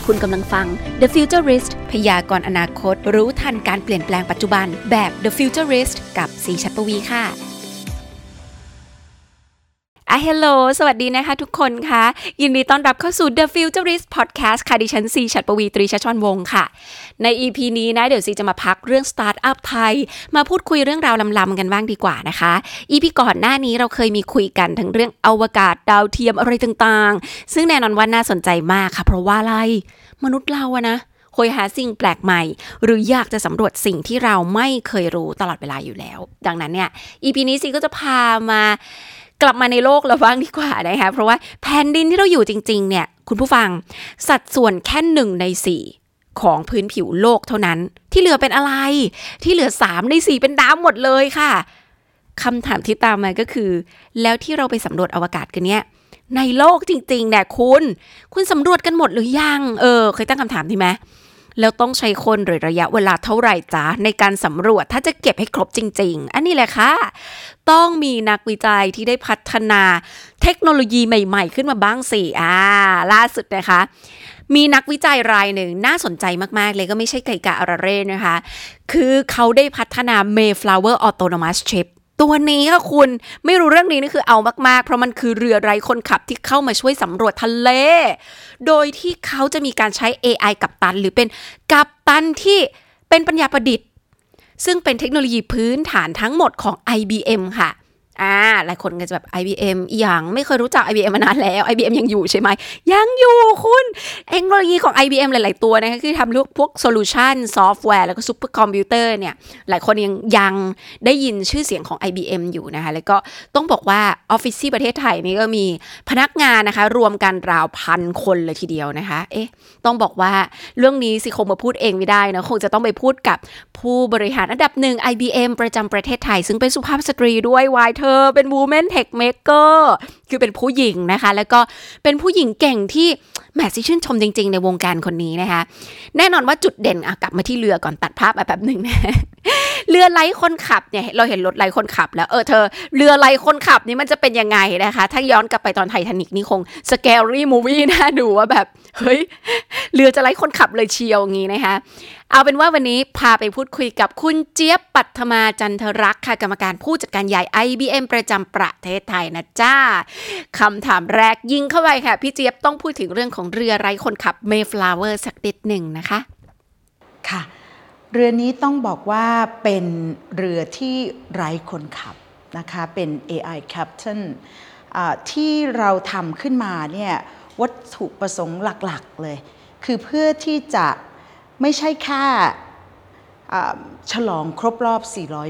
คุณกำลังฟัง The Futurist พยากรณ์อนาคตรู้ทันการเปลี่ยนแปลงปัจจุบันแบบ The Futurist กับศรีชัดปวีค่ะHello สวัสดีนะคะทุกคนค่ะยินดีต้อนรับเข้าสู่ The Futurist Podcast ค่ะดิฉันซีชัดปวีตรีชัชวรรณวงศ์ค่ะใน EP นี้นะเดี๋ยวซีจะมาพักเรื่อง Startup ไทยมาพูดคุยเรื่องราวลำๆกันบ้างดีกว่านะคะ EP ก่อนหน้านี้เราเคยมีคุยกันถึงเรื่องอวกาศดาวเทียมอะไรต่างๆซึ่งแน่นอนว่าน่าสนใจมากค่ะเพราะว่าอะไรมนุษย์เราอะนะโหยหาสิ่งแปลกใหม่หรืออยากจะสำรวจสิ่งที่เราไม่เคยรู้ตลอดเวลาอยู่แล้วดังนั้นเนี่ย EP นี้ซีก็จะพากลับมาในโลกเราบ้างดีกว่านะคะเพราะว่าแผ่นดินที่เราอยู่จริงๆเนี่ยคุณผู้ฟังสัดส่วนแค่1 ใน 4ของพื้นผิวโลกเท่านั้นที่เหลือเป็นอะไรที่เหลือ3 ใน 4เป็นน้ำหมดเลยค่ะคำถามที่ตามมาก็คือแล้วที่เราไปสำรวจอวกาศกันเนี่ยในโลกจริงๆเนี่ยคุณสำรวจกันหมดหรือยังเคยตั้งคำถามดีไหมแล้วต้องใช้คนหรือระยะเวลาเท่าไหร่จ๊ะในการสำรวจถ้าจะเก็บให้ครบจริงๆอันนี้แหละค่ะต้องมีนักวิจัยที่ได้พัฒนาเทคโนโลยีใหม่ๆขึ้นมาบ้างสิล่าสุดนะคะมีนักวิจัยรายหนึ่งน่าสนใจมากๆเลยก็ไม่ใช่ไก่กะอาราเร่นะคะคือเขาได้พัฒนา Mayflower Autonomous Shipตัวนี้ค่ะคุณไม่รู้เรื่องนี้นี่คือเอามากๆเพราะมันคือเรือไร้คนขับที่เข้ามาช่วยสำรวจทะเลโดยที่เขาจะมีการใช้ AI กัปตันหรือเป็นกัปตันที่เป็นปัญญาประดิษฐ์ซึ่งเป็นเทคโนโลยีพื้นฐานทั้งหมดของ IBM ค่ะหลายคนก็จะแบบ IBM อย่างไม่เคยรู้จัก IBM มานานแล้ว IBM ยังอยู่ใช่ไหมยังอยู่คุณเทคโนโลยีของ IBM หลายๆตัวนะคะคือทำพวกโซลูชันซอฟต์แวร์แล้วก็ซุปเปอร์คอมพิวเตอร์เนี่ยหลายคนยังได้ยินชื่อเสียงของ IBM อยู่นะคะแล้วก็ต้องบอกว่าออฟฟิศที่ประเทศไทยนี่ก็มีพนักงานนะคะรวมกันราว1,000 คนเลยทีเดียวนะคะต้องบอกว่าเรื่องนี้สิคงมาพูดเองไม่ได้นะคงจะต้องไปพูดกับผู้บริหารอันดับ1 IBM ประจำประเทศไทยซึ่งเป็นสุภาพสตรีด้วยวายเธอเป็น Women Tech Maker คือเป็นผู้หญิงนะคะแล้วก็เป็นผู้หญิงเก่งที่แหมซิชื่นชมจริงๆในวงการคนนี้นะคะแน่นอนว่าจุดเด่นกลับมาที่เรือก่อนตัดภาพแบบนึงนะเรือไร้คนขับเนี่ยเราเห็นรถไร้คนขับแล้วเธอเรือไร้คนขับนี่มันจะเป็นยังไงนะคะถ้าย้อนกลับไปตอนไททานิคนี่คง Scary Movie น่าดูว่าแบบเฮ้ยเรือจะไร้คนขับเลยเชียวอย่างงี้นะคะเอาเป็นว่าวันนี้พาไปพูดคุยกับคุณเจี๊ยบปัทมาจันทรักษ์ค่ะกรรมการผู้จัดการใหญ่ IBM ประจำประเทศไทยนะจ้าคำถามแรกยิงเข้าไปค่ะพี่เจี๊ยบต้องพูดถึงเรื่องของเรือไร้คนขับ Mayflower สักนิดหนึ่งนะคะค่ะเรือนี้ต้องบอกว่าเป็นเรือที่ไร้คนขับนะคะเป็น AI Captain ที่เราทำขึ้นมาเนี่ยวัตถุประสงค์หลักๆเลยคือเพื่อที่จะไม่ใช่แค่ฉลองครบรอบ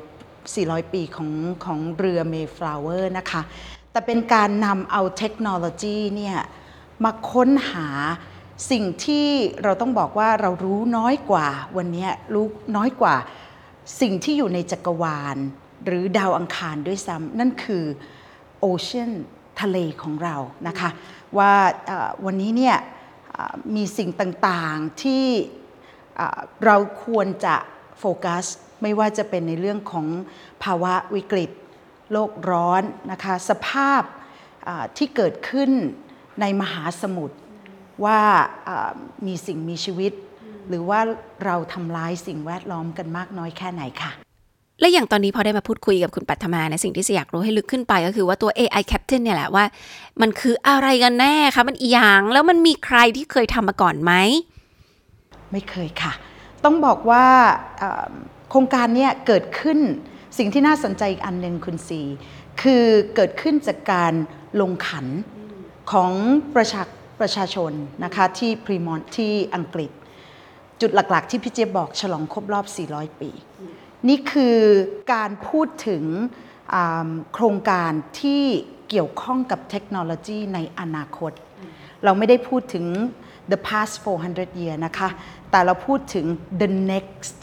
400 ปีของเรือ Mayflower นะคะแต่เป็นการนำเอาเทคโนโลยีเนี่ยมาค้นหาสิ่งที่เราต้องบอกว่าเรารู้น้อยกว่าวันนี้รู้น้อยกว่าสิ่งที่อยู่ในจักรวาลหรือดาวอังคารด้วยซ้ำนั่นคือโอเชียนทะเลของเรานะคะว่าวันนี้เนี่ยมีสิ่งต่างๆที่เราควรจะโฟกัสไม่ว่าจะเป็นในเรื่องของภาวะวิกฤตโลกร้อนนะคะสภาพที่เกิดขึ้นในมหาสมุทรว่ามีสิ่งมีชีวิตหรือว่าเราทำลายสิ่งแวดล้อมกันมากน้อยแค่ไหนค่ะและอย่างตอนนี้พอได้มาพูดคุยกับคุณปัทมาในสิ่งที่อยากรู้ให้ลึกขึ้นไปก็คือว่าตัว AI Captain เนี่ยแหละว่ามันคืออะไรกันแน่คะมันอีหยังแล้วมันมีใครที่เคยทำมาก่อนไหมไม่เคยค่ะต้องบอกว่าโครงการนี้เกิดขึ้นสิ่งที่น่าสนใจอีกอันหนึ่งคุณซีคือเกิดขึ้นจากการลงขันของประชาชนนะคะที่พรีมอนที่อังกฤษจุดหลักๆที่พี่เจี๊ยบบอกฉลองครบรอบ400 ปีนี่คือการพูดถึงโครงการที่เกี่ยวข้องกับเทคโนโลยีในอนาคตเราไม่ได้พูดถึง the past 400 year นะคะแต่เราพูดถึง the next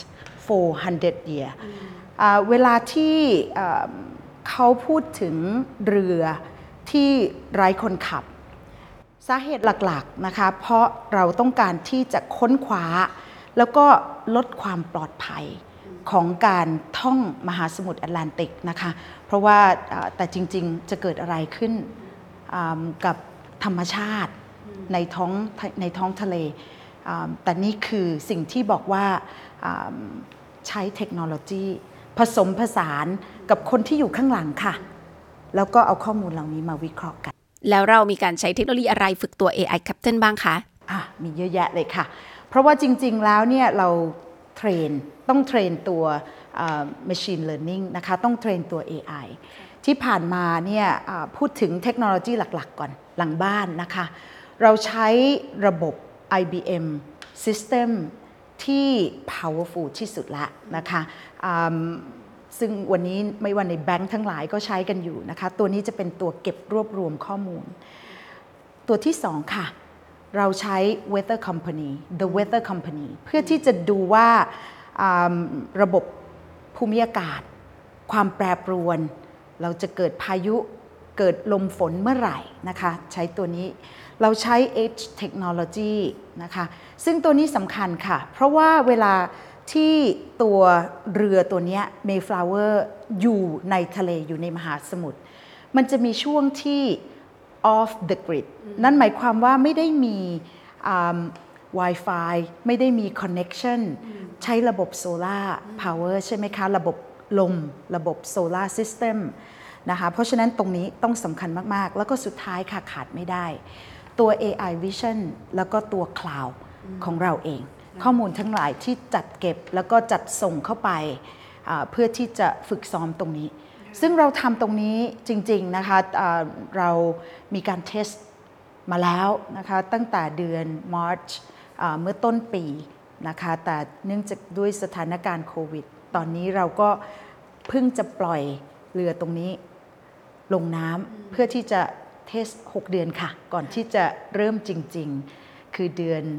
400 year เวลาที่เขาพูดถึงเรือที่ไร้คนขับสาเหตุหลักๆนะคะเพราะเราต้องการที่จะค้นคว้าแล้วก็ลดความปลอดภัยของการท่องมหาสมุทรแอตแลนติกนะคะเพราะว่าแต่จริงๆจะเกิดอะไรขึ้นกับธรรมชาติในท้องทะเลแต่นี่คือสิ่งที่บอกว่าใช้เทคโนโลยีผสมผสานกับคนที่อยู่ข้างหลังค่ะแล้วก็เอาข้อมูลเหล่านี้มาวิเคราะห์กันแล้วเรามีการใช้เทคโนโลยีอะไรฝึกตัว AI Captain บ้างคะมีเยอะแยะเลยค่ะเพราะว่าจริงๆแล้วเนี่ยเราต้องเทรนตัว machine learning นะคะต้องเทรนตัว AI ที่ผ่านมาเนี่ยพูดถึงเทคโนโลยีหลักๆก่อนหลังบ้านนะคะเราใช้ระบบ IBM System ที่ powerful ที่สุดละนะคะซึ่งวันนี้ไม่ว่าในแบงค์ทั้งหลายก็ใช้กันอยู่นะคะตัวนี้จะเป็นตัวเก็บรวบรวมข้อมูลตัวที่สองค่ะเราใช้ weather company the weather company เพื่อที่จะดูว่าระบบภูมิอากาศความแปรปรวนเราจะเกิดพายุเกิดลมฝนเมื่อไหร่นะคะใช้ตัวนี้เราใช้ Edge Technology นะคะซึ่งตัวนี้สำคัญค่ะเพราะว่าเวลาที่ตัวเรือตัวนี้ Mayflower อยู่ในทะเลอยู่ในมหาสมุทรมันจะมีช่วงที่ off the grid นั่นหมายความว่าไม่ได้มี Wi-Fi ไม่ได้มี connection ใช้ระบบ Solar Power ใช่ไหมคะระบบลมระบบ Solar System นะคะเพราะฉะนั้นตรงนี้ต้องสำคัญมากๆแล้วก็สุดท้ายค่ะขาดไม่ได้ตัว AI Vision แล้วก็ตัว Cloud ของเราเองข้อมูลทั้งหลายที่จัดเก็บแล้วก็จัดส่งเข้าไปเพื่อที่จะฝึกซ้อมตรงนี้ซึ่งเราทำตรงนี้จริงๆนะคะเรามีการเทสมาแล้วนะคะตั้งแต่เดือน March เมื่อต้นปีนะคะแต่เนื่องจากด้วยสถานการณ์โควิดตอนนี้เราก็เพิ่งจะปล่อยเรือตรงนี้ลงน้ำเพื่อที่จะเทส6 เดือนค่ะก่อนที่จะเริ่มจริงๆคือเดือน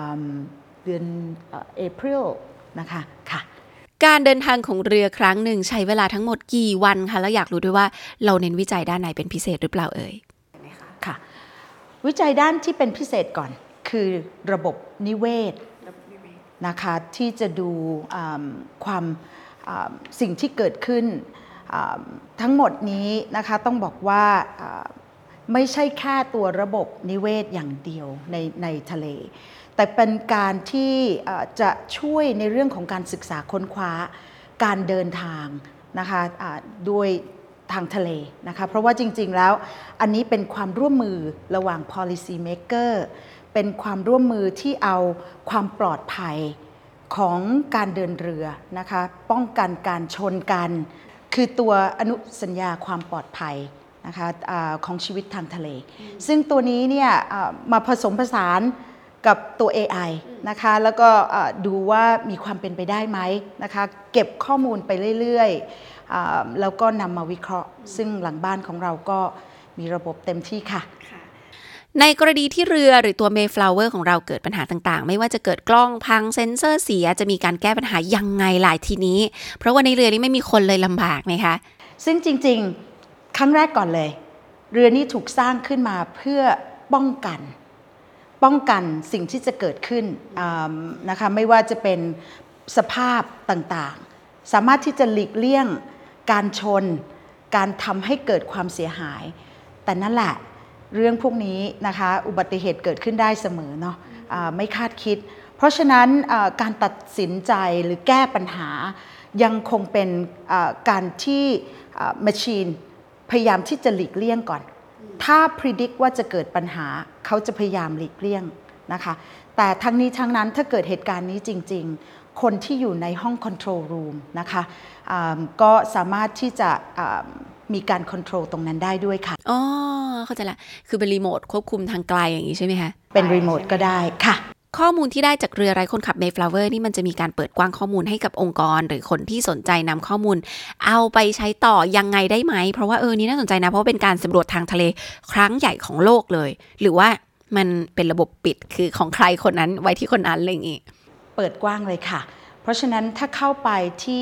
April นะคะค่ะการเดินทางของเรือครั้งหนึ่งใช้เวลาทั้งหมดกี่วันคะแล้วอยากรู้ด้วยว่าเราเน้นวิจัยด้านไหนเป็นพิเศษหรือเปล่าเอ่ยค่ะวิจัยด้านที่เป็นพิเศษก่อนคือระบบนิเวศนะคะที่จะดูความสิ่งที่เกิดขึ้นทั้งหมดนี้นะคะต้องบอกว่าไม่ใช่แค่ตัวระบบนิเวศอย่างเดียวในทะเลแต่เป็นการที่จะช่วยในเรื่องของการศึกษาค้นคว้าการเดินทางนะคะด้วยทางทะเลนะคะเพราะว่าจริงๆแล้วอันนี้เป็นความร่วมมือระหว่าง policy maker เป็นความร่วมมือที่เอาความปลอดภัยของการเดินเรือนะคะป้องกันการชนกันคือตัวอนุสัญญาความปลอดภัยนะคะของชีวิตทางทะเลซึ่งตัวนี้เนี่ยมาผสมผสานกับตัว AI นะคะแล้วก็ดูว่ามีความเป็นไปได้ไหมนะคะเก็บข้อมูลไปเรื่อยๆแล้วก็นำมาวิเคราะห์ซึ่งหลังบ้านของเราก็มีระบบเต็มที่ค่ะในกรณีที่เรือหรือตัว Mayflower ของเราเกิดปัญหาต่างๆไม่ว่าจะเกิดกล้องพังเซ็นเซอร์เสียจะมีการแก้ปัญหายังไงหลายทีนี้เพราะว่าในเรือนี้ไม่มีคนเลยลำบากไหมคะซึ่งจริงๆครั้งแรกก่อนเลยเรือนี้ถูกสร้างขึ้นมาเพื่อป้องกันสิ่งที่จะเกิดขึ้นนะคะไม่ว่าจะเป็นสภาพต่างๆสามารถที่จะหลีกเลี่ยงการชนการทำให้เกิดความเสียหายแต่นั่นแหละเรื่องพวกนี้นะคะอุบัติเหตุเกิดขึ้นได้เสมอเนาะไม่คาดคิดเพราะฉะนั้นการตัดสินใจหรือแก้ปัญหายังคงเป็นการที่machine พยายามที่จะหลีกเลี่ยงก่อนถ้า predict ว่าจะเกิดปัญหาเขาจะพยายามหลีกเลี่ยงนะคะแต่ทั้งนี้ทั้งนั้นถ้าเกิดเหตุการณ์นี้จริงๆคนที่อยู่ในห้อง control room นะคะก็สามารถที่จะมีการ control ตรงนั้นได้ด้วยค่ะอ๋อเข้าใจละคือเป็นรีโมทควบคุมทางไกลอย่างนี้ใช่ไหมคะเป็นรีโมทก็ได้ค่ะข้อมูลที่ได้จากเรือไร้คนขับ Mayflower นี่มันจะมีการเปิดกว้างข้อมูลให้กับองค์กรหรือคนที่สนใจนำข้อมูลเอาไปใช้ต่อยังไงได้ไหมเพราะว่านี่น่าสนใจนะเพราะเป็นการสำรวจทางทะเลครั้งใหญ่ของโลกเลยหรือว่ามันเป็นระบบปิดคือของใครคนนั้นไว้ที่คนนั้นอะไรอย่างงี้เปิดกว้างเลยค่ะเพราะฉะนั้นถ้าเข้าไปที่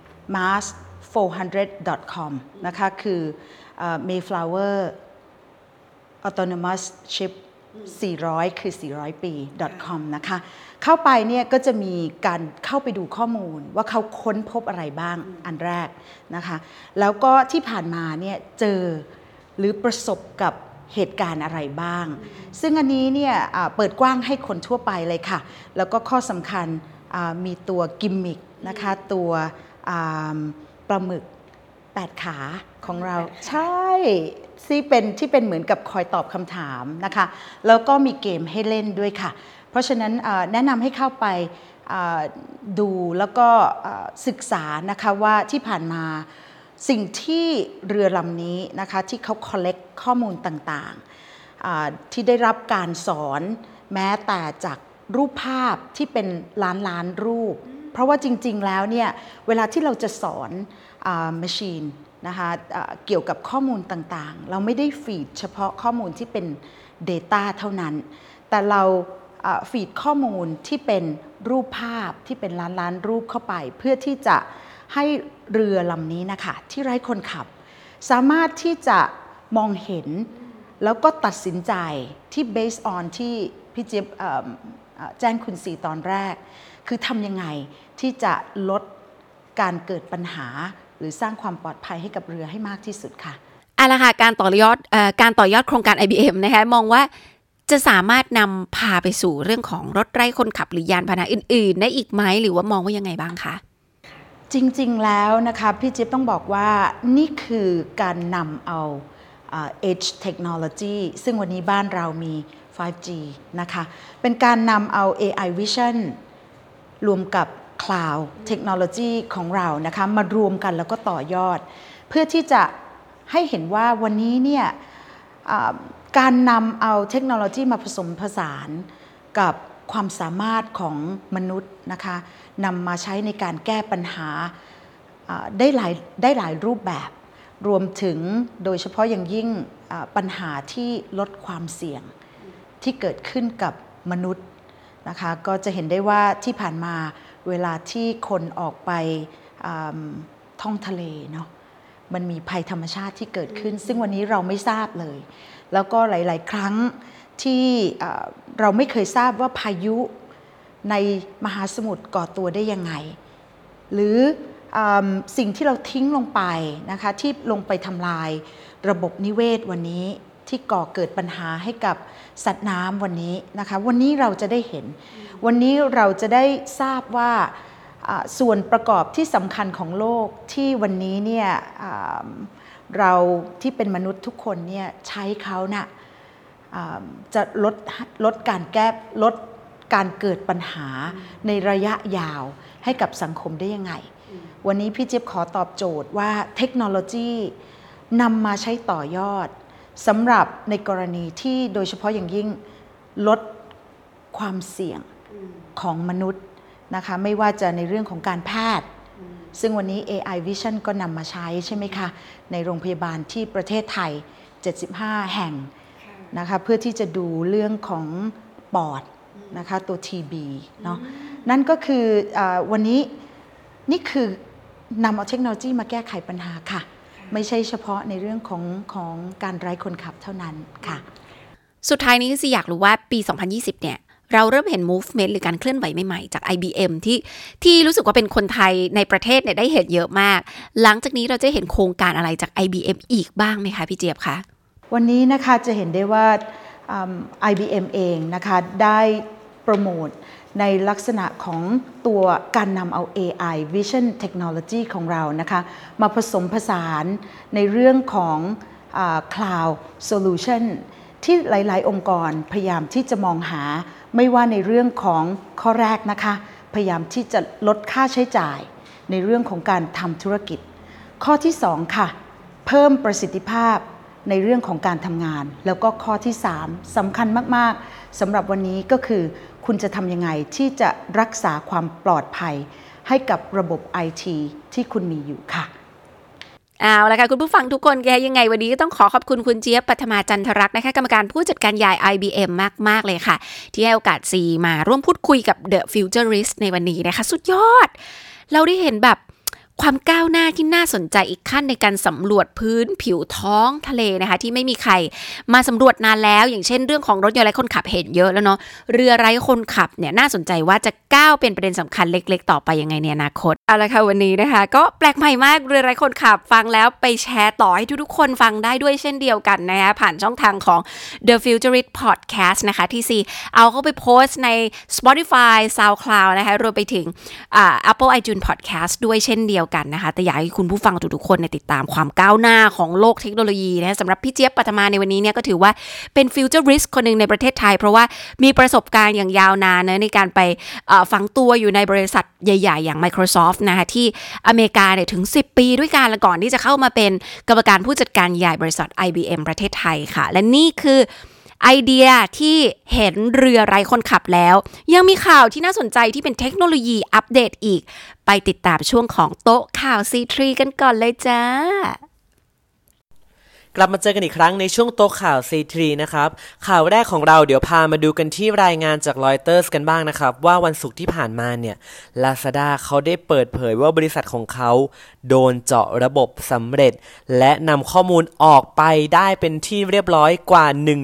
mars400.com นะคะคือMayflower Autonomous Ship 400 คือ 400 ปี .com นะคะเข้าไปเนี่ยก็จะมีการเข้าไปดูข้อมูลว่าเขาค้นพบอะไรบ้างอันแรกนะคะแล้วก็ที่ผ่านมาเนี่ยเจอหรือประสบกับเหตุการณ์อะไรบ้างซึ่งอันนี้เนี่ยเปิดกว้างให้คนทั่วไปเลยค่ะแล้วก็ข้อสำคัญมีตัวกิมมิคนะคะตัวปลาหมึก8ขาของเราใช่ที่เป็นเหมือนกับคอยตอบคำถามนะคะแล้วก็มีเกมให้เล่นด้วยค่ะเพราะฉะนั้นแนะนำให้เข้าไปดูแล้วก็ศึกษานะคะว่าที่ผ่านมาสิ่งที่เรือลำนี้นะคะที่เขา collect ข้อมูลต่างๆที่ได้รับการสอนแม้แต่จากรูปภาพที่เป็นล้านรูปเพราะว่าจริงๆแล้วเนี่ยเวลาที่เราจะสอนmachine นะคะเกี่ยวกับข้อมูลต่างๆเราไม่ได้ฟีดเฉพาะข้อมูลที่เป็น data เท่านั้นแต่เราฟีดข้อมูลที่เป็นรูปภาพที่เป็นล้านรูปเข้าไปเพื่อที่จะให้เรือลำนี้นะคะที่ไร้คนขับสามารถที่จะมองเห็นแล้วก็ตัดสินใจที่ based on ที่พี่เจี๊ยบแจ้งคุณสีตอนแรกคือทำยังไงที่จะลดการเกิดปัญหาหรือสร้างความปลอดภัยให้กับเรือให้มากที่สุดค่ะละค่ะการต่อยอดโครงการ IBM นะคะมองว่าจะสามารถนำพาไปสู่เรื่องของรถไร้คนขับหรือยานพาหนะอื่นๆได้อีกไหมหรือว่ามองว่ายังไงบ้างคะจริงๆแล้วนะคะพี่จิ๊บต้องบอกว่านี่คือการนำเอา Edge Technology ซึ่งวันนี้บ้านเรามี 5G นะคะเป็นการนำเอา AI Vision รวมกับ Cloud Technology ของเรานะคะมารวมกันแล้วก็ต่อยอดเพื่อที่จะให้เห็นว่าวันนี้เนี่ยการนำเอาเทคโนโลยีมาผสมผสานกับความสามารถของมนุษย์นะคะนำมาใช้ในการแก้ปัญหาได้หลายรูปแบบรวมถึงโดยเฉพาะอย่างยิ่งปัญหาที่ลดความเสี่ยงที่เกิดขึ้นกับมนุษย์นะคะก็จะเห็นได้ว่าที่ผ่านมาเวลาที่คนออกไปท่องทะเลเนาะมันมีภัยธรรมชาติที่เกิดขึ้นซึ่งวันนี้เราไม่ทราบเลยแล้วก็หลายๆครั้งที่เราไม่เคยทราบว่าพายุในมหาสมุทรก่อตัวได้ยังไงหรือสิ่งที่เราทิ้งลงไปนะคะที่ลงไปทำลายระบบนิเวศวันนี้ที่ก่อเกิดปัญหาให้กับสัตว์น้ำวันนี้นะคะวันนี้เราจะได้เห็นวันนี้เราจะได้ทราบว่าส่วนประกอบที่สำคัญของโลกที่วันนี้เนี่ยเราที่เป็นมนุษย์ทุกคนเนี่ยใช้เขาน่ะจะลดการเกิดปัญหาในระยะยาวให้กับสังคมได้ยังไงวันนี้พี่เจี๊ยบขอตอบโจทย์ว่าเทคโนโลยีนำมาใช้ต่อยอดสำหรับในกรณีที่โดยเฉพาะอย่างยิ่งลดความเสี่ยงของมนุษย์นะคะไม่ว่าจะในเรื่องของการแพทย์ซึ่งวันนี้ AI Vision ก็นำมาใช้ใช่ไหมคะในโรงพยาบาลที่ประเทศไทย75แห่งนะคะเพื่อที่จะดูเรื่องของปอดนะคะตัว TB เนาะนั่นก็คือวันนี้นี่คือนำเอาเทคโนโลยีมาแก้ไขปัญหาค่ะไม่ใช่เฉพาะในเรื่องของการไร้คนขับเท่านั้นค่ะสุดท้ายนี้สิอยากรู้ว่าปี 2020 เนี่ยเราเริ่มเห็น movement หรือการเคลื่อนไหวใหม่ๆจาก IBM ที่รู้สึกว่าเป็นคนไทยในประเทศเนี่ยได้เห็นเยอะมากหลังจากนี้เราจะเห็นโครงการอะไรจาก IBM อีกบ้างไหมคะพี่เจี๊ยบคะวันนี้นะคะจะเห็นได้ว่าIBM เองนะคะได้โปรโมทในลักษณะของตัวการนำเอา AI Vision Technology ของเรานะคะมาผสมผสานในเรื่องของCloud Solution ที่หลายๆองค์กรพยายามที่จะมองหาไม่ว่าในเรื่องของข้อแรกนะคะพยายามที่จะลดค่าใช้จ่ายในเรื่องของการทำธุรกิจข้อที่2ค่ะเพิ่มประสิทธิภาพในเรื่องของการทำงานแล้วก็ข้อที่3สำคัญมากๆสำหรับวันนี้ก็คือคุณจะทำยังไงที่จะรักษาความปลอดภัยให้กับระบบ IT ที่คุณมีอยู่ค่ะเอาละค่ะคุณผู้ฟังทุกคนยังไงวันนี้ต้องขอบคุณคุณเจี๊ยบปัทมาจันทรักษ์นะคะกรรมการผู้จัดการใหญ่ IBM มากๆเลยค่ะที่ให้โอกาสซีมาร่วมพูดคุยกับ The Futurist ในวันนี้นะคะสุดยอดเราได้เห็นแบบความก้าวหน้าที่น่าสนใจอีกขั้นในการสำรวจพื้นผิวท้องทะเลนะคะที่ไม่มีใครมาสำรวจนานแล้วอย่างเช่นเรื่องของรถยนต์ไร้คนขับเห็นเยอะแล้วเนาะเรือไร้คนขับเนี่ยน่าสนใจว่าจะก้าวเป็นประเด็นสำคัญเล็กๆต่อไปยังไงในอนาคตเอาละค่ะวันนี้นะคะก็แปลกใหม่มากเรือไร้คนขับฟังแล้วไปแชร์ต่อให้ทุกๆคนฟังได้ด้วยเช่นเดียวกันนะคะผ่านช่องทางของ The Futurist Podcast นะคะที่ซีเอาเข้าไปโพสต์ใน Spotify SoundCloud นะคะรวมไปถึงApple iTunes Podcast ด้วยเช่นเดียวกันนะคะแต่อยากให้คุณผู้ฟังทุกๆคนติดตามความก้าวหน้าของโลกเทคโนโลยีนะสำหรับพี่เจี๊ยบปัทมาในวันนี้เนี่ยก็ถือว่าเป็น Futurist คนหนึ่งในประเทศไทยเพราะว่ามีประสบการณ์อย่างยาวนานนะในการไปฝังตัวอยู่ในบริษัทใหญ่ๆอย่าง Microsoft นะคะที่อเมริกาเนี่ยถึง10 ปีด้วยกันและก่อนที่จะเข้ามาเป็นกรรมการผู้จัดการใหญ่บริษัท IBM ประเทศไทยค่ะและนี่คือไอเดียที่เห็นเรือไร้คนขับแล้วยังมีข่าวที่น่าสนใจที่เป็นเทคโนโลยีอัปเดตอีกไปติดตามช่วงของโต๊ะข่าว C3 กันก่อนเลยจ้ากลับมาเจอกันอีกครั้งในช่วงโต๊ะข่าว C3 นะครับข่าวแรกของเราเดี๋ยวพามาดูกันที่รายงานจาก Reuters กันบ้างนะครับว่าวันศุกร์ที่ผ่านมาเนี่ย Lazada เขาได้เปิดเผยว่าบริษัทของเขาโดนเจาะระบบสำเร็จและนำข้อมูลออกไปได้เป็นที่เรียบร้อยกว่า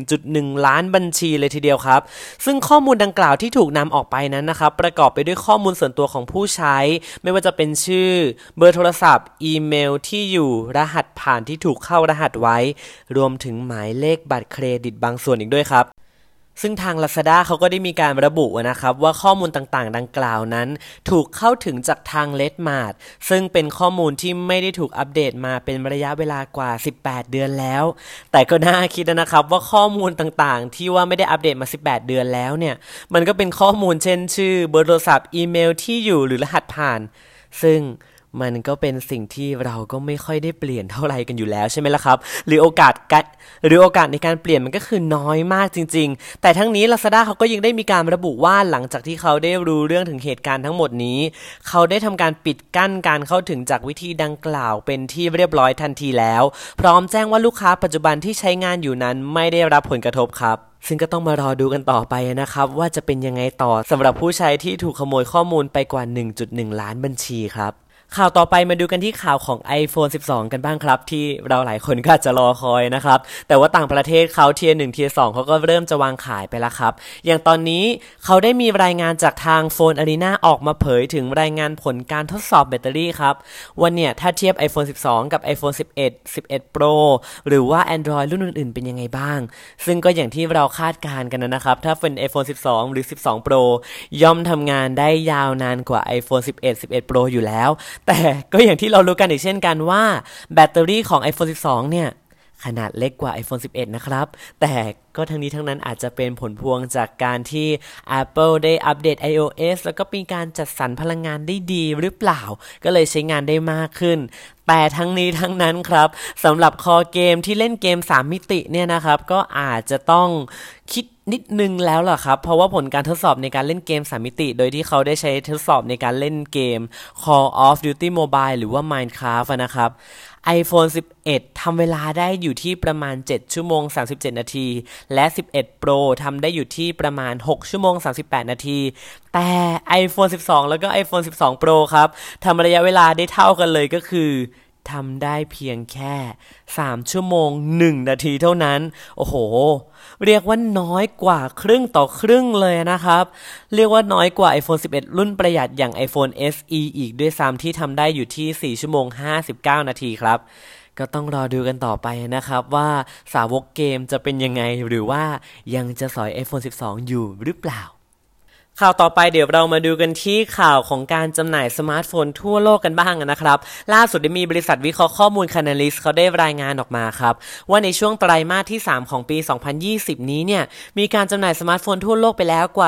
1.1 ล้านบัญชีเลยทีเดียวครับซึ่งข้อมูลดังกล่าวที่ถูกนำออกไปนั้นนะครับประกอบไปด้วยข้อมูลส่วนตัวของผู้ใช้ไม่ว่าจะเป็นชื่อเบอร์โทรศัพท์อีเมลที่อยู่รหัสผ่านที่ถูกเข้ารหัสไว้รวมถึงหมายเลขบัตรเครดิตบางส่วนอีกด้วยครับซึ่งทาง Lazada เขาก็ได้มีการระบุนะครับว่าข้อมูลต่างๆดังกล่าวนั้นถูกเข้าถึงจากทาง Redmart ซึ่งเป็นข้อมูลที่ไม่ได้ถูกอัปเดตมาเป็นระยะเวลากว่า18เดือนแล้วแต่ก็น่าคิดนะครับว่าข้อมูลต่างๆที่ว่าไม่ได้อัปเดตมา18เดือนแล้วเนี่ยมันก็เป็นข้อมูลเช่นชื่อเบอร์โทรศัพท์อีเมลที่อยู่หรือรหัสผ่านซึ่งมันก็เป็นสิ่งที่เราก็ไม่ค่อยได้เปลี่ยนเท่าไหร่กันอยู่แล้วใช่ไหมล่ะครับหรือโอกาสในการเปลี่ยนมันก็คือน้อยมากจริงๆแต่ทั้งนี้ Lazada เขาก็ยังได้มีการระบุว่าหลังจากที่เขาได้รู้เรื่องถึงเหตุการณ์ทั้งหมดนี้เขาได้ทำการปิดกั้นการเข้าถึงจากวิธีดังกล่าวเป็นที่เรียบร้อยทันทีแล้วพร้อมแจ้งว่าลูกค้าปัจจุบันที่ใช้งานอยู่นั้นไม่ได้รับผลกระทบครับซึ่งก็ต้องมารอดูกันต่อไปนะครับว่าจะเป็นยังไงต่อสำหรับผู้ใช้ที่ถูกขโมยข้อมูลไปกว่า 1.1 ล้านบัญชีครับข่าวต่อไปมาดูกันที่ข่าวของ iPhone 12 กันบ้างครับที่เราหลายคนก็อาจจะรอคอยนะครับแต่ว่าต่างประเทศเขาเทียร์1เทียร์2เขาก็เริ่มจะวางขายไปแล้วครับอย่างตอนนี้เขาได้มีรายงานจากทาง Phone Arena ออกมาเผยถึงรายงานผลการทดสอบแบตเตอรี่ครับว่าเนี่ยถ้าเทียบ iPhone 12 กับ iPhone 11 11 Pro หรือว่า Android รุ่นอื่นๆเป็นยังไงบ้างซึ่งก็อย่างที่เราคาดการณ์กันนะครับถ้าเป็น iPhone 12 หรือ 12 Pro ย่อมทำงานได้ยาวนานกว่า iPhone 11 11 Pro อยู่แล้วแต่ก็อย่างที่เรารู้กันอีกเช่นกันว่าแบตเตอรี่ของ iPhone 12 เนี่ยขนาดเล็กกว่า iPhone 11 นะครับแต่ก็ทั้งนี้ทั้งนั้นอาจจะเป็นผลพวงจากการที่ Apple ได้อัปเดต iOS แล้วก็มีการจัดสรรพลังงานได้ดีหรือเปล่าก็เลยใช้งานได้มากขึ้นแต่ทั้งนี้ทั้งนั้นครับสำหรับคอเกมที่เล่นเกม3มิติเนี่ยนะครับก็อาจจะต้องคิดนิดนึงแล้วล่ะครับเพราะว่าผลการทดสอบในการเล่นเกม3มิติโดยที่เขาได้ใช้ทดสอบในการเล่นเกม Call of Duty Mobile หรือว่า Minecraft นะครับ iPhone 11 ทำเวลาได้อยู่ที่ประมาณ7ชั่วโมง37นาทีและ11 Pro ทำได้อยู่ที่ประมาณ6ชั่วโมง38นาทีแต่ iPhone 12 แล้วก็ iPhone 12 Pro ครับทำระยะเวลาได้เท่ากันเลยก็คือทำได้เพียงแค่3ชั่วโมง1นาทีเท่านั้นโอ้โหเรียกว่าน้อยกว่าครึ่งต่อครึ่งเลยนะครับเรียกว่าน้อยกว่า iPhone 11 รุ่นประหยัดอย่าง iPhone SE อีกด้วยซ้ำที่ทำได้อยู่ที่4ชั่วโมง59นาทีครับก็ต้องรอดูกันต่อไปนะครับว่าสาวกเกมจะเป็นยังไงหรือว่ายังจะสอย iPhone 12 อยู่หรือเปล่าข่าวต่อไปเดี๋ยวเรามาดูกันที่ข่าวของการจำหน่ายสมาร์ทโฟนทั่วโลกกันบ้างนะครับล่าสุดได้มีบริษัทวิเคราะห์ข้อมูล Canalys เขาได้รายงานออกมาครับว่าในช่วงไตรมาสที่3ของปี2020นี้เนี่ยมีการจำหน่ายสมาร์ทโฟนทั่วโลกไปแล้วกว่า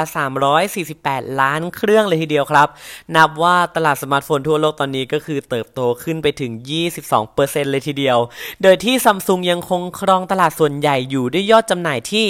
348ล้านเครื่องเลยทีเดียวครับนับว่าตลาดสมาร์ทโฟนทั่วโลกตอนนี้ก็คือเติบโตขึ้นไปถึง 22% เลยทีเดียวโดยที่ Samsung ยังคงครองตลาดส่วนใหญ่อยู่ด้วยยอดจำหน่ายที่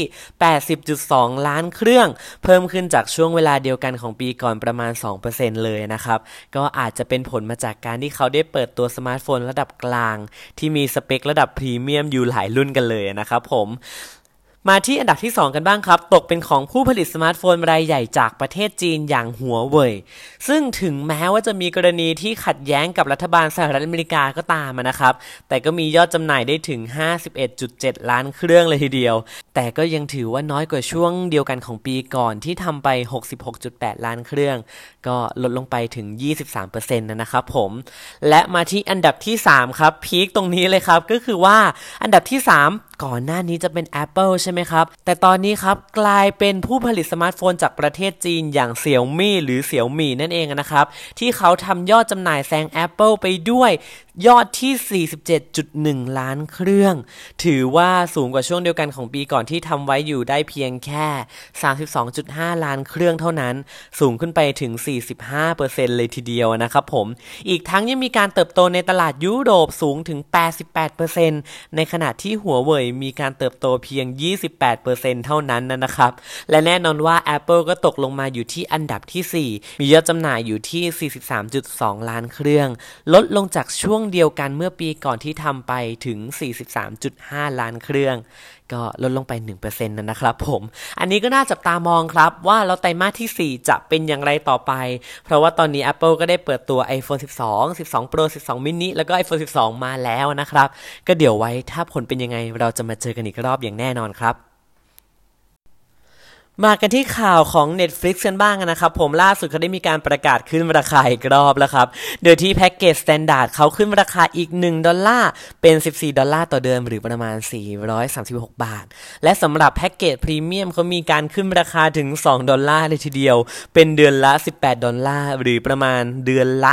80.2 ล้านเครื่องเพิ่มขึ้นจากช่วงเวลาเดียวกันของปีก่อนประมาณ 2% เลยนะครับก็อาจจะเป็นผลมาจากการที่เขาได้เปิดตัวสมาร์ทโฟนระดับกลางที่มีสเปคระดับพรีเมียมอยู่หลายรุ่นกันเลยนะครับผมมาที่อันดับที่2กันบ้างครับตกเป็นของผู้ผลิตสมาร์ทโฟนรายใหญ่จากประเทศจีนอย่างหัวเว่ยซึ่งถึงแม้ว่าจะมีกรณีที่ขัดแย้งกับรัฐบาลสหรัฐอเมริกาก็ตามนะครับแต่ก็มียอดจำหน่ายได้ถึง 51.7 ล้านเครื่องเลยทีเดียวแต่ก็ยังถือว่าน้อยกว่าช่วงเดียวกันของปีก่อนที่ทำไป 66.8 ล้านเครื่องก็ลดลงไปถึง 23% นะครับผมและมาที่อันดับที่3ครับพีคตรงนี้เลยครับก็คือว่าอันดับที่3ก่อนหน้านี้จะเป็น Apple ใช่ไหมครับแต่ตอนนี้ครับกลายเป็นผู้ผลิตสมาร์ทโฟนจากประเทศจีนอย่าง Xiaomi หรือ Xiaomi นั่นเองนะครับที่เขาทำยอดจำหน่ายแซง Apple ไปด้วยยอดที่ 47.1 ล้านเครื่องถือว่าสูงกว่าช่วงเดียวกันของปีก่อนที่ทำไว้อยู่ได้เพียงแค่ 32.5 ล้านเครื่องเท่านั้นสูงขึ้นไปถึง 45% เลยทีเดียวนะครับผมอีกทั้งยังมีการเติบโตในตลาดยุโรปสูงถึง 88% ในขณะที่หัวเว่ยมีการเติบโตเพียง 28% เท่านั้นนะครับและแน่นอนว่า Apple ก็ตกลงมาอยู่ที่อันดับที่4มียอดจำหน่ายอยู่ที่ 43.2 ล้านเครื่องลดลงจากช่วงเดียวกันเมื่อปีก่อนที่ทำไปถึง 43.5 ล้านเครื่องก็ลดลงไป 1% นะครับผมอันนี้ก็น่าจับตามองครับว่าแล้วไตรมาสที่4จะเป็นอย่างไรต่อไปเพราะว่าตอนนี้ Apple ก็ได้เปิดตัว iPhone 12 12 Pro 12 mini แล้วก็ iPhone 12 มาแล้วนะครับก็เดี๋ยวไว้ถ้าผลเป็นยังไงเราจะมาเจอกันอีกรอบอย่างแน่นอนครับมากันที่ข่าวของ Netflix กันบ้างนะครับผมล่าสุดเขาได้มีการประกาศขึ้นราคาอีกรอบแล้วครับโดยที่แพ็กเกจ Standard เขาขึ้นราคาอีก$1เป็น$14ต่อเดือนหรือประมาณ436 บาทและสำหรับแพ็กเกจพรีเมียมเขามีการขึ้นราคาถึง$2เลยทีเดียวเป็นเดือนละ$18หรือประมาณเดือนละ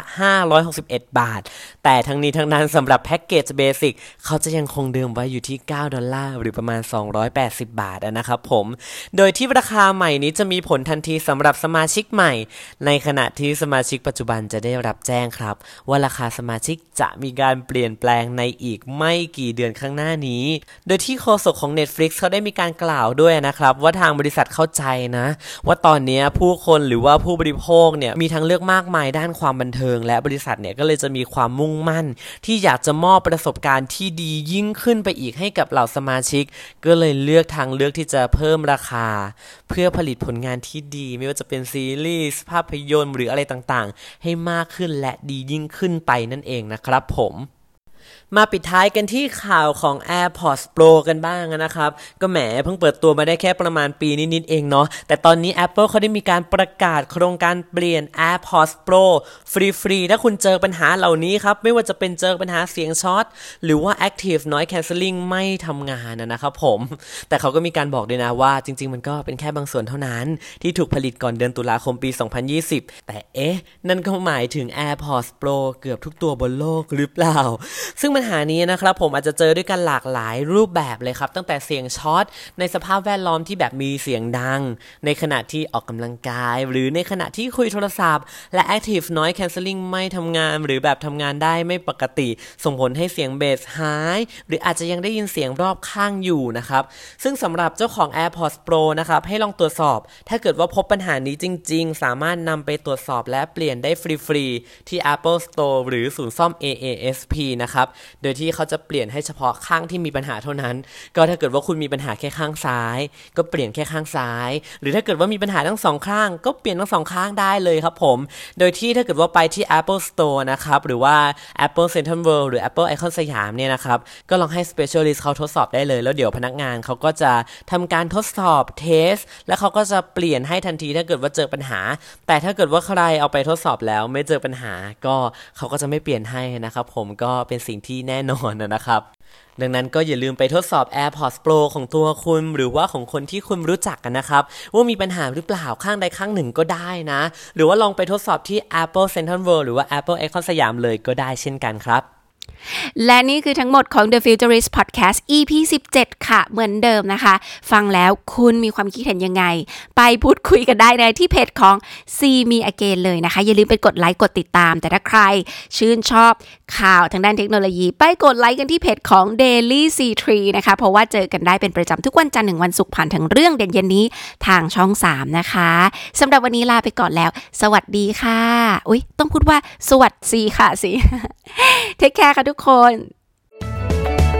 561 บาทแต่ทั้งนี้ทั้งนั้นสำหรับแพ็กเกจเบสิกเขาจะยังคงเดิมไว้อยู่ที่$9หรือประมาณ280 บาทนะครับผมโดยที่ราคาใหม่นี้จะมีผลทันทีสำหรับสมาชิกใหม่ในขณะที่สมาชิกปัจจุบันจะได้รับแจ้งครับว่าราคาสมาชิกจะมีการเปลี่ยนแปลงในอีกไม่กี่เดือนข้างหน้านี้โดยที่โฆษกของ Netflix เขาได้มีการกล่าวด้วยนะครับว่าทางบริษัทเข้าใจนะว่าตอนนี้ผู้คนหรือว่าผู้บริโภคเนี่ยมีทางเลือกมากมายด้านความบันเทิงและบริษัทเนี่ยก็เลยจะมีความมุ่งมั่นที่อยากจะมอบประสบการณ์ที่ดียิ่งขึ้นไปอีกให้กับเหล่าสมาชิกก็เลยเลือกทางเลือกที่จะเพิ่มราคาเพื่อผลิตผลงานที่ดีไม่ว่าจะเป็นซีรีส์ภาพยนตร์หรืออะไรต่างๆให้มากขึ้นและดียิ่งขึ้นไปนั่นเองนะครับผมมาปิดท้ายกันที่ข่าวของ AirPods Pro กันบ้างนะครับก็แหมเพิ่งเปิดตัวมาได้แค่ประมาณปีนิดๆเองเนาะแต่ตอนนี้ Apple เขาได้มีการประกาศโครงการเปลี่ยน AirPods Pro ฟรีๆถ้าคุณเจอปัญหาเหล่านี้ครับไม่ว่าจะเป็นเจอปัญหาเสียงช็อตหรือว่า Active Noise Cancelling ไม่ทำงานนะครับผมแต่เขาก็มีการบอกด้วยนะว่าจริงๆมันก็เป็นแค่บางส่วนเท่านั้นที่ถูกผลิตก่อนเดือนตุลาคมปี 2020แต่นั่นก็หมายถึง AirPods Pro เกือบทุกตัวบนโลกหรือเปล่าซึ่งปัญหานี้นะครับผมอาจจะเจอด้วยกันหลากหลายรูปแบบเลยครับตั้งแต่เสียงช็อตในสภาพแวดล้อมที่แบบมีเสียงดังในขณะที่ออกกำลังกายหรือในขณะที่คุยโทรศัพท์และ Active Noise Cancelling ไม่ทำงานหรือแบบทำงานได้ไม่ปกติส่งผลให้เสียงเบสหายหรืออาจจะยังได้ยินเสียงรอบข้างอยู่นะครับซึ่งสำหรับเจ้าของ AirPods Pro นะครับให้ลองตรวจสอบถ้าเกิดว่าพบปัญหานี้จริงๆสามารถนำไปตรวจสอบและเปลี่ยนได้ฟรีๆที่ Apple Store หรือศูนย์ซ่อม AASP นะครับโดยที่เขาจะเปลี่ยนให้เฉพาะข้างที่มีปัญหาเท่านั้นก็ถ้าเกิดว่าคุณมีปัญหาแค่ข้างซ้ายก็เปลี่ยนแค่ข้างซ้ายหรือถ้าเกิดว่ามีปัญหาทั้งสองข้างก็เปลี่ยนทั้งสองข้างได้เลยครับผมโดยที่ถ้าเกิดว่าไปที่ Apple Store นะครับหรือว่า Apple Central World หรือ Apple Icon สยามเนี่ยนะครับก็ลองให้ Specialist เขาทดสอบได้เลยแล้วเดี๋ยวพนักงานเขาก็จะทำการทดสอบเทสแล้วเขาก็จะเปลี่ยนให้ทันทีถ้าเกิดว่าเจอปัญหาแต่ถ้าเกิดว่าใครเอาไปทดสอบแล้วไม่เจอปัญหาก็เขาก็จะไม่เปลี่ยนให้นะครับผมก็เป็นสิ่งที่แน่นอนนะครับดังนั้นก็อย่าลืมไปทดสอบ AirPods Pro ของตัวคุณหรือว่าของคนที่คุณรู้จักกันนะครับว่ามีปัญหาหรือเปล่าข้างใดข้างหนึ่งก็ได้นะหรือว่าลองไปทดสอบที่ Apple Central World หรือว่า Apple Icon สยามเลยก็ได้เช่นกันครับและนี่คือทั้งหมดของ The Futurist Podcast EP 17 ค่ะเหมือนเดิมนะคะฟังแล้วคุณมีความคิดเห็นยังไงไปพูดคุยกันได้ในที่เพจของ See Me Again เลยนะคะอย่าลืมไปกดไลค์กดติดตามแต่ถ้าใครชื่นชอบข่าวทางด้านเทคโนโลยีไปกดไลค์กันที่เพจของ Daily C3 นะคะเพราะว่าเจอกันได้เป็นประจำทุกวันจันทร์ถึงวันศุกร์ผ่านทางเรื่องเด่นเย็นนี้ทางช่อง3นะคะสำหรับวันนี้ลาไปก่อนแล้วสวัสดีค่ะอุ๊ยต้องพูดว่าสวัสดีค่ะสิเทคแคร์ค่ะทุกคน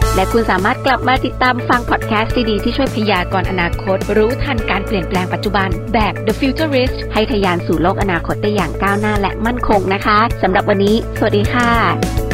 และคุณสามารถกลับมาติดตามฟังพอดแคสต์ดีๆที่ช่วยพยากรณ์อนาคตรู้ทันการเปลี่ยนแปลงปัจจุบันแบบ The Futurist ให้ทะยานสู่โลกอนาคตได้อย่างก้าวหน้าและมั่นคงนะคะสำหรับวันนี้สวัสดีค่ะ